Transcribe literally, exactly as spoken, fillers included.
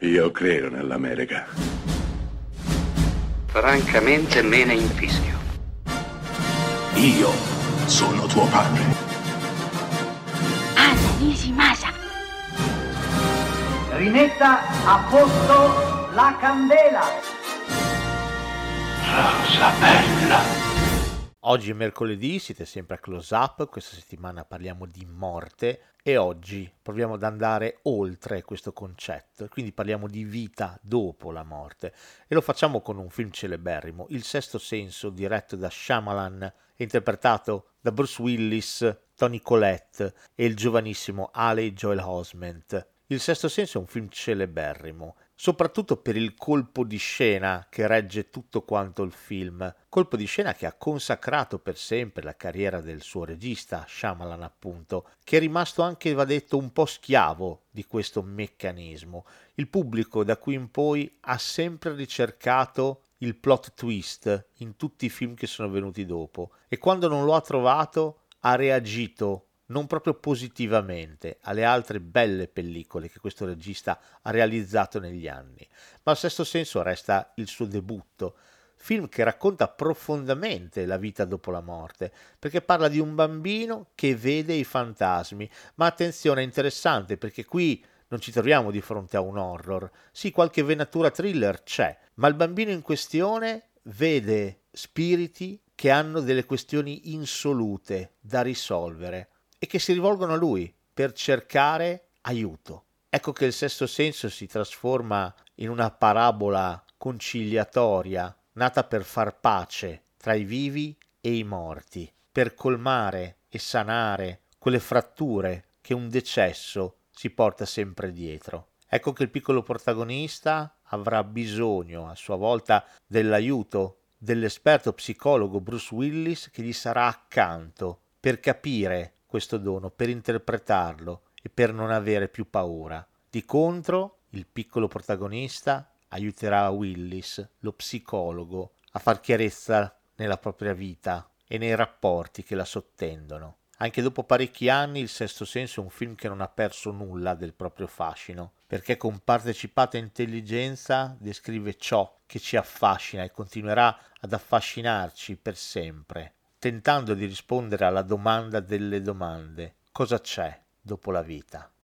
Io credo nell'America. Francamente me ne infischio. Io sono tuo padre. Anna Nishimasa. Rimetta a posto la candela. Rosa bella. Oggi è mercoledì, siete sempre a Close Up, questa settimana parliamo di morte e oggi proviamo ad andare oltre questo concetto, quindi parliamo di vita dopo la morte e lo facciamo con un film celeberrimo, Il Sesto Senso, diretto da Shyamalan e interpretato da Bruce Willis, Toni Collette e il giovanissimo Haley Joel Osment. Il Sesto Senso è un film celeberrimo, soprattutto per il colpo di scena che regge tutto quanto il film, colpo di scena che ha consacrato per sempre la carriera del suo regista, Shyamalan appunto, che è rimasto anche, va detto, un po' schiavo di questo meccanismo. Il pubblico da qui in poi ha sempre ricercato il plot twist in tutti i film che sono venuti dopo e quando non lo ha trovato ha reagito non proprio positivamente alle altre belle pellicole che questo regista ha realizzato negli anni, ma al Sesto Senso resta il suo debutto, film che racconta profondamente la vita dopo la morte, perché parla di un bambino che vede i fantasmi, ma attenzione, è interessante perché qui non ci troviamo di fronte a un horror, sì, qualche venatura thriller c'è, ma il bambino in questione vede spiriti che hanno delle questioni insolute da risolvere e che si rivolgono a lui per cercare aiuto. Ecco che il Sesto Senso si trasforma in una parabola conciliatoria nata per far pace tra i vivi e i morti, per colmare e sanare quelle fratture che un decesso si porta sempre dietro. Ecco che il piccolo protagonista avrà bisogno a sua volta dell'aiuto dell'esperto psicologo Bruce Willis che gli sarà accanto per capire questo dono, per interpretarlo e per non avere più paura. Di contro, il piccolo protagonista aiuterà Willis, lo psicologo, a far chiarezza nella propria vita e nei rapporti che la sottendono. Anche dopo parecchi anni Il Sesto Senso è un film che non ha perso nulla del proprio fascino, perché con partecipata intelligenza descrive ciò che ci affascina e continuerà ad affascinarci per sempre, tentando di rispondere alla domanda delle domande: cosa c'è dopo la vita?